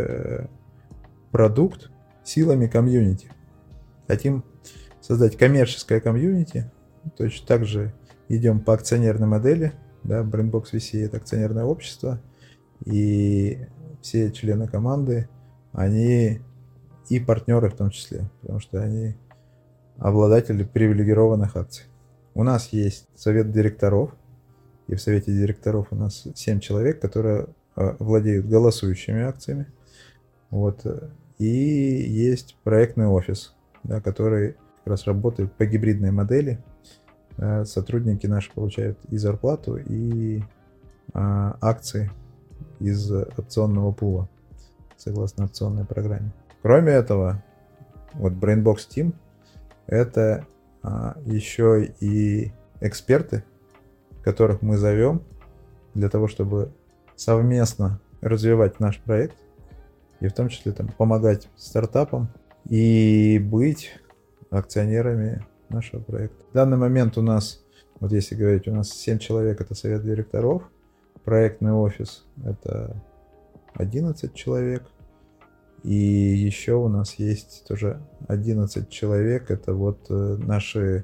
продукт силами комьюнити. Хотим создать коммерческое комьюнити, точно так же идем по акционерной модели, да, BrainBox VC — это акционерное общество, и все члены команды, они и партнеры в том числе, потому что они обладатели привилегированных акций. У нас есть совет директоров, и в совете директоров у нас 7 человек, которые владеют голосующими акциями. Вот. И есть проектный офис, да, который как раз работает по гибридной модели. Сотрудники наши получают и зарплату, и акции из опционного пула, согласно опционной программе. Кроме этого, вот BrainBox Team — это еще и эксперты, которых мы зовем для того, чтобы совместно развивать наш проект, и в том числе там помогать стартапам и быть акционерами нашего проекта. В данный момент у нас, вот если говорить, у нас 7 человек — это совет директоров, проектный офис — это 11 человек, и еще у нас есть тоже 11 человек, это вот наши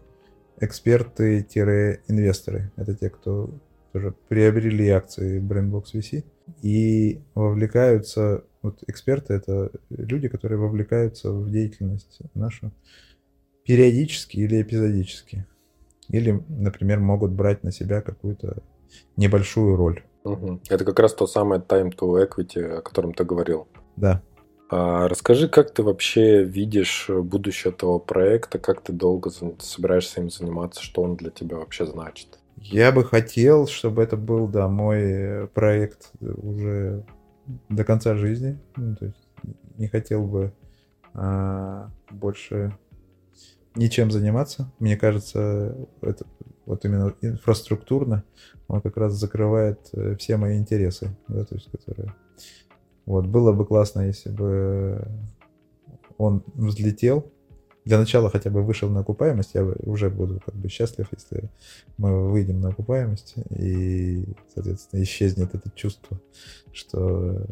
эксперты-инвесторы. Это те, кто тоже приобрели акции BrainBox VC и вовлекаются. Вот эксперты — это люди, которые вовлекаются в деятельность нашу периодически или эпизодически. Или, например, могут брать на себя какую-то небольшую роль. Это как раз то самое time to equity, о котором ты говорил. Да. Расскажи, как ты вообще видишь будущее этого проекта, как ты долго собираешься им заниматься, что он для тебя вообще значит? Я бы хотел, чтобы это был, да, мой проект уже до конца жизни. То есть не хотел бы больше ничем заниматься. Мне кажется, это вот именно инфраструктурно он как раз закрывает все мои интересы, да, то есть которые... Вот, было бы классно, если бы он взлетел. Для начала хотя бы вышел на окупаемость. Я уже буду как бы счастлив, если мы выйдем на окупаемость. И, соответственно, исчезнет это чувство, что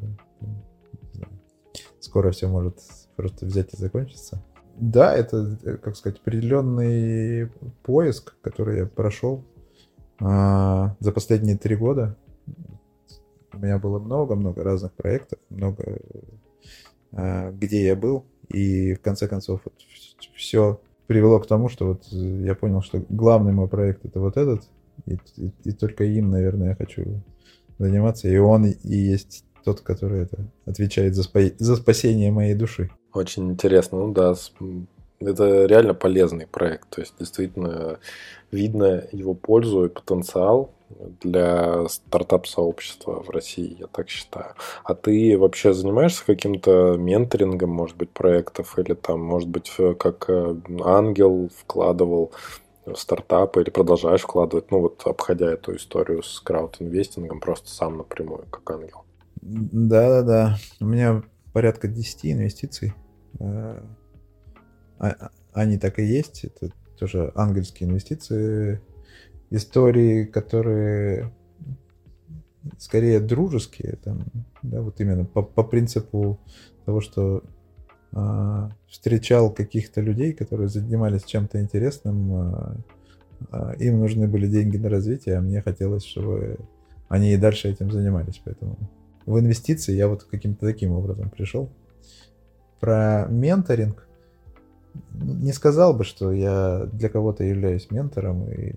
скоро все может просто взять и закончиться. Да, это, как сказать, определенный поиск, который я прошел за последние 3 года. У меня было много-много разных проектов, много где я был, и в конце концов вот все привело к тому, что вот я понял, что главный мой проект — это вот этот, и только им, наверное, я хочу заниматься, и он и есть тот, который это отвечает за спасение моей души. Очень интересно, ну да, это реально полезный проект, то есть действительно видно его пользу и потенциал для стартап-сообщества в России, я так считаю. А ты вообще занимаешься каким-то менторингом, может быть, проектов, или там, может быть, как ангел вкладывал в стартапы или продолжаешь вкладывать, ну вот обходя эту историю с краудинвестингом, просто сам напрямую, как ангел? Да-да-да. У меня порядка 10 инвестиций. Э, Они так и есть. Это тоже ангельские инвестиции. Истории, которые скорее дружеские, там, да, вот именно по принципу того, что встречал каких-то людей, которые занимались чем-то интересным, им нужны были деньги на развитие, а мне хотелось, чтобы они и дальше этим занимались. Поэтому в инвестиции я вот каким-то таким образом пришел. Про менторинг не сказал бы, что я для кого-то являюсь ментором, и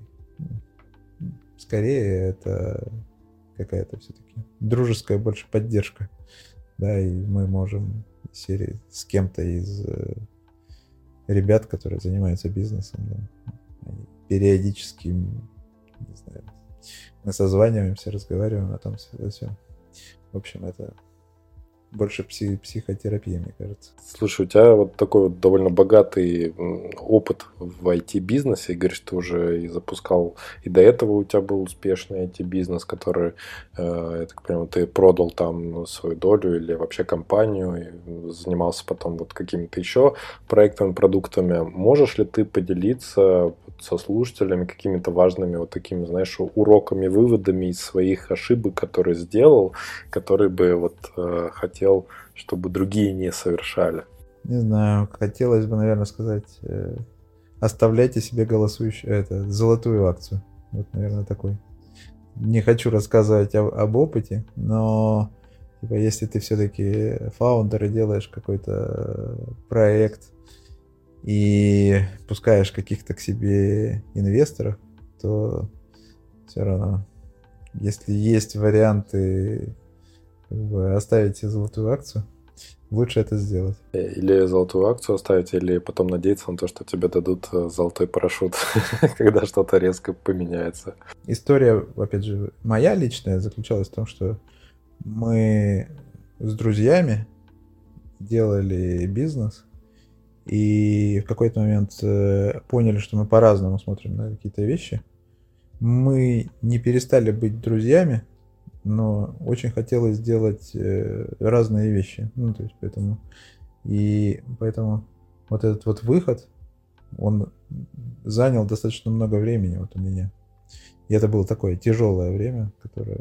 скорее это какая-то все-таки дружеская больше поддержка. Да, и мы можем из серии с кем-то из ребят, которые занимаются бизнесом, да, они периодически, не знаю, мы созваниваемся, разговариваем о том всем. В общем, это больше психотерапия, мне кажется. Слушай, у тебя вот такой вот довольно богатый опыт в IT-бизнесе. Говоришь, ты уже и запускал, и до этого у тебя был успешный IT-бизнес, который, я так понимаю, ты продал там свою долю или вообще компанию, и занимался потом вот какими-то еще проектами, продуктами. Можешь ли ты поделиться со слушателями какими-то важными вот такими, знаешь, уроками, выводами из своих ошибок, которые сделал, которые бы вот хотел, чтобы другие не совершали? Не знаю, хотелось бы, наверное, сказать, оставляйте себе золотую акцию. Вот, наверное, такой. Не хочу рассказывать об опыте, но типа, если ты все-таки фаундер и делаешь какой-то проект и пускаешь каких-то к себе инвесторов, то все равно, если есть варианты как бы оставить себе золотую акцию, лучше это сделать. Или золотую акцию оставить, или потом надеяться на то, что тебе дадут золотой парашют, когда что-то резко поменяется. История, опять же, моя личная заключалась в том, что мы с друзьями делали бизнес, и в какой-то момент поняли, что мы по-разному смотрим на какие-то вещи. Мы не перестали быть друзьями, но очень хотелось сделать разные вещи. Ну, то есть поэтому вот этот вот выход, он занял достаточно много времени вот у меня. И это было такое тяжелое время, которое...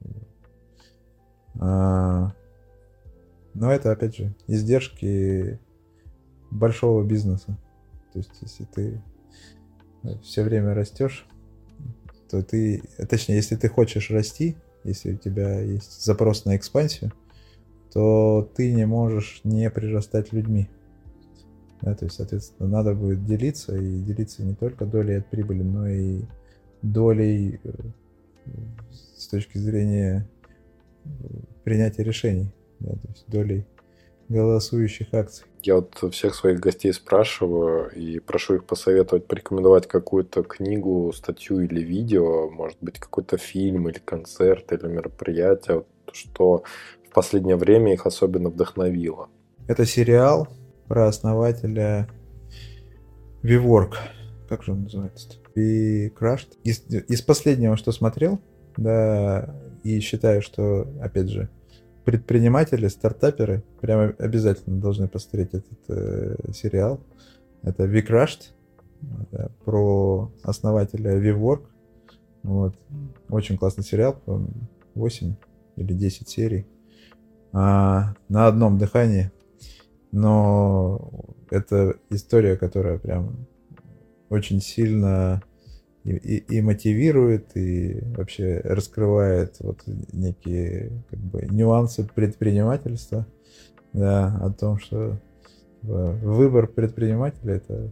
Но это, опять же, издержки большого бизнеса. То есть, если ты все время растешь, то ты... Точнее, если ты хочешь расти, если у тебя есть запрос на экспансию, то ты не можешь не прирастать людьми. Да, то есть, соответственно, надо будет делиться, и делиться не только долей от прибыли, но и долей с точки зрения принятия решений, да, то есть долей голосующих акций. Я вот всех своих гостей спрашиваю и прошу их посоветовать, порекомендовать какую-то книгу, статью или видео, может быть, какой-то фильм или концерт или мероприятие, вот, что в последнее время их особенно вдохновило. Это сериал про основателя WeWork. Как же он называется? WeCrashed. Из последнего, что смотрел, да, и считаю, что, опять же, предприниматели, стартаперы прямо обязательно должны посмотреть этот сериал. Это WeCrashed, да, про основателя WeWork. Вот. Очень классный сериал, по-моему, 8 или 10 серий. На одном дыхании. Но это история, которая прям очень сильно и мотивирует, и вообще раскрывает вот некие как бы нюансы предпринимательства, да, о том, что выбор предпринимателя это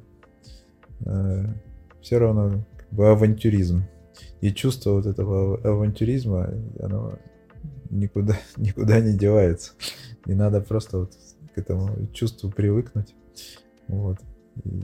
все равно как бы авантюризм. И чувство вот этого авантюризма, оно никуда не девается. И надо просто вот к этому чувству привыкнуть. Вот. И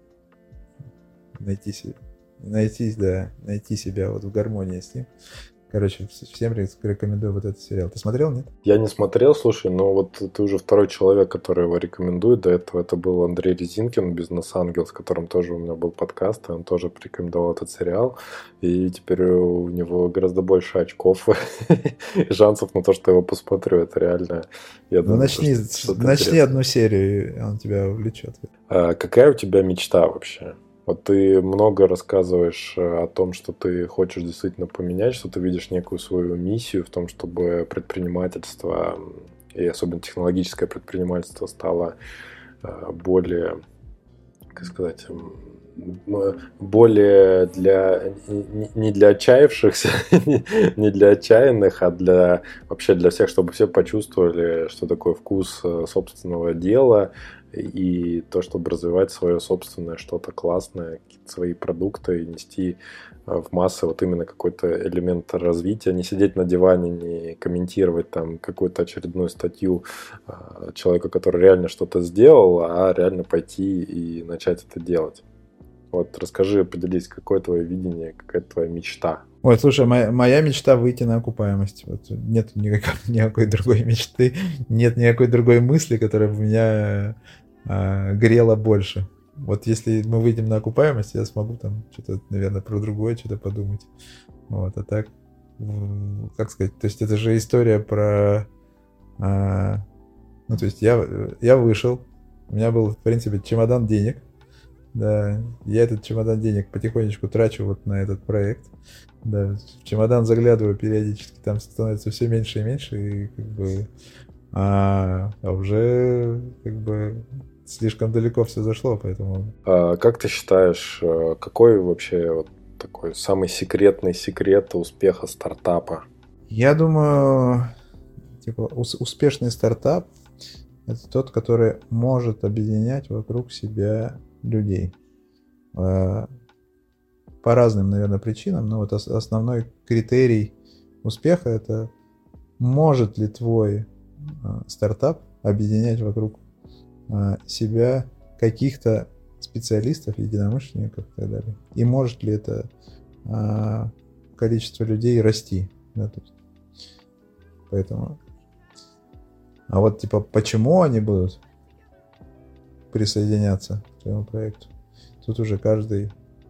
найти себя вот в гармонии с ним. Короче, всем рекомендую вот этот сериал. Ты смотрел, нет? Я не смотрел, слушай, но вот ты уже второй человек, который его рекомендует. До этого это был Андрей Резинкин, «Бизнес-ангел», с которым тоже у меня был подкаст, и он тоже порекомендовал этот сериал. И теперь у него гораздо больше очков и шансов на то, что я его посмотрю. Это реально... Ну, начни одну серию, и он тебя увлечет. Какая у тебя мечта вообще? Вот ты много рассказываешь о том, что ты хочешь действительно поменять, что ты видишь некую свою миссию в том, чтобы предпринимательство, и особенно технологическое предпринимательство, стало более, как сказать, более не для отчаявшихся, не для отчаянных, а вообще для всех, чтобы все почувствовали, что такое вкус собственного дела, и то, чтобы развивать свое собственное что-то классное, какие-то свои продукты и нести в массы вот именно какой-то элемент развития, не сидеть на диване, не комментировать там какую-то очередную статью человека, который реально что-то сделал, а реально пойти и начать это делать. Вот расскажи, поделись, какое твое видение, какая твоя мечта? Ой, слушай, моя мечта выйти на окупаемость. Вот нет никакой другой мечты, нет никакой другой мысли, которая бы меня грела больше. Вот если мы выйдем на окупаемость, я смогу там что-то, наверное, про другое что-то подумать. Вот, а так, как сказать, то есть это же история про... ну, то есть я вышел, у меня был, в принципе, чемодан денег. Да, я этот чемодан денег потихонечку трачу вот на этот проект. Да, в чемодан заглядываю периодически, там становится все меньше и меньше, и как бы уже как бы слишком далеко все зашло, поэтому... Как ты считаешь, какой вообще вот такой самый секретный секрет успеха стартапа? Я думаю, типа успешный стартап — это тот, который может объединять вокруг себя людей. По разным, наверное, причинам, но вот основной критерий успеха — это может ли твой стартап объединять вокруг себя каких-то специалистов, единомышленников и так далее. И может ли это количество людей расти. Да, поэтому... А вот типа почему они будут присоединяться к твоему проекту? Тут уже каждый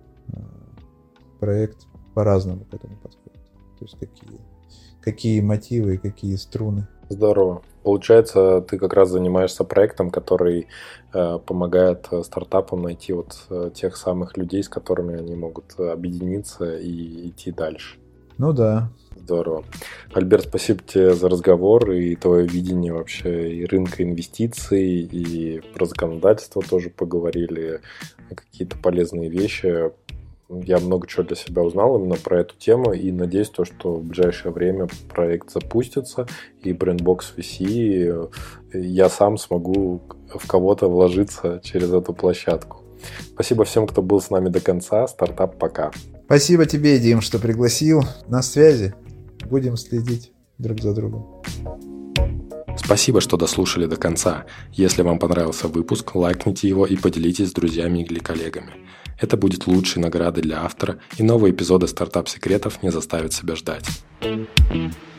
проект по-разному к этому подходит. То есть какие мотивы и какие струны. Здорово. Получается, ты как раз занимаешься проектом, который помогает стартапам найти вот тех самых людей, с которыми они могут объединиться и идти дальше. Ну да. Здорово. Альберт, спасибо тебе за разговор и твое видение вообще и рынка инвестиций, и про законодательство тоже поговорили, какие-то полезные вещи. Я много чего для себя узнал именно про эту тему, и надеюсь, что в ближайшее время проект запустится, и Brandbox VC я сам смогу в кого-то вложиться через эту площадку. Спасибо всем, кто был с нами до конца. Стартап пока. Спасибо тебе, Дим, что пригласил. На связи. Будем следить друг за другом. Спасибо, что дослушали до конца. Если вам понравился выпуск, лайкните его и поделитесь с друзьями или коллегами. Это будет лучшей наградой для автора, и новые эпизоды «Стартап-секретов» не заставят себя ждать.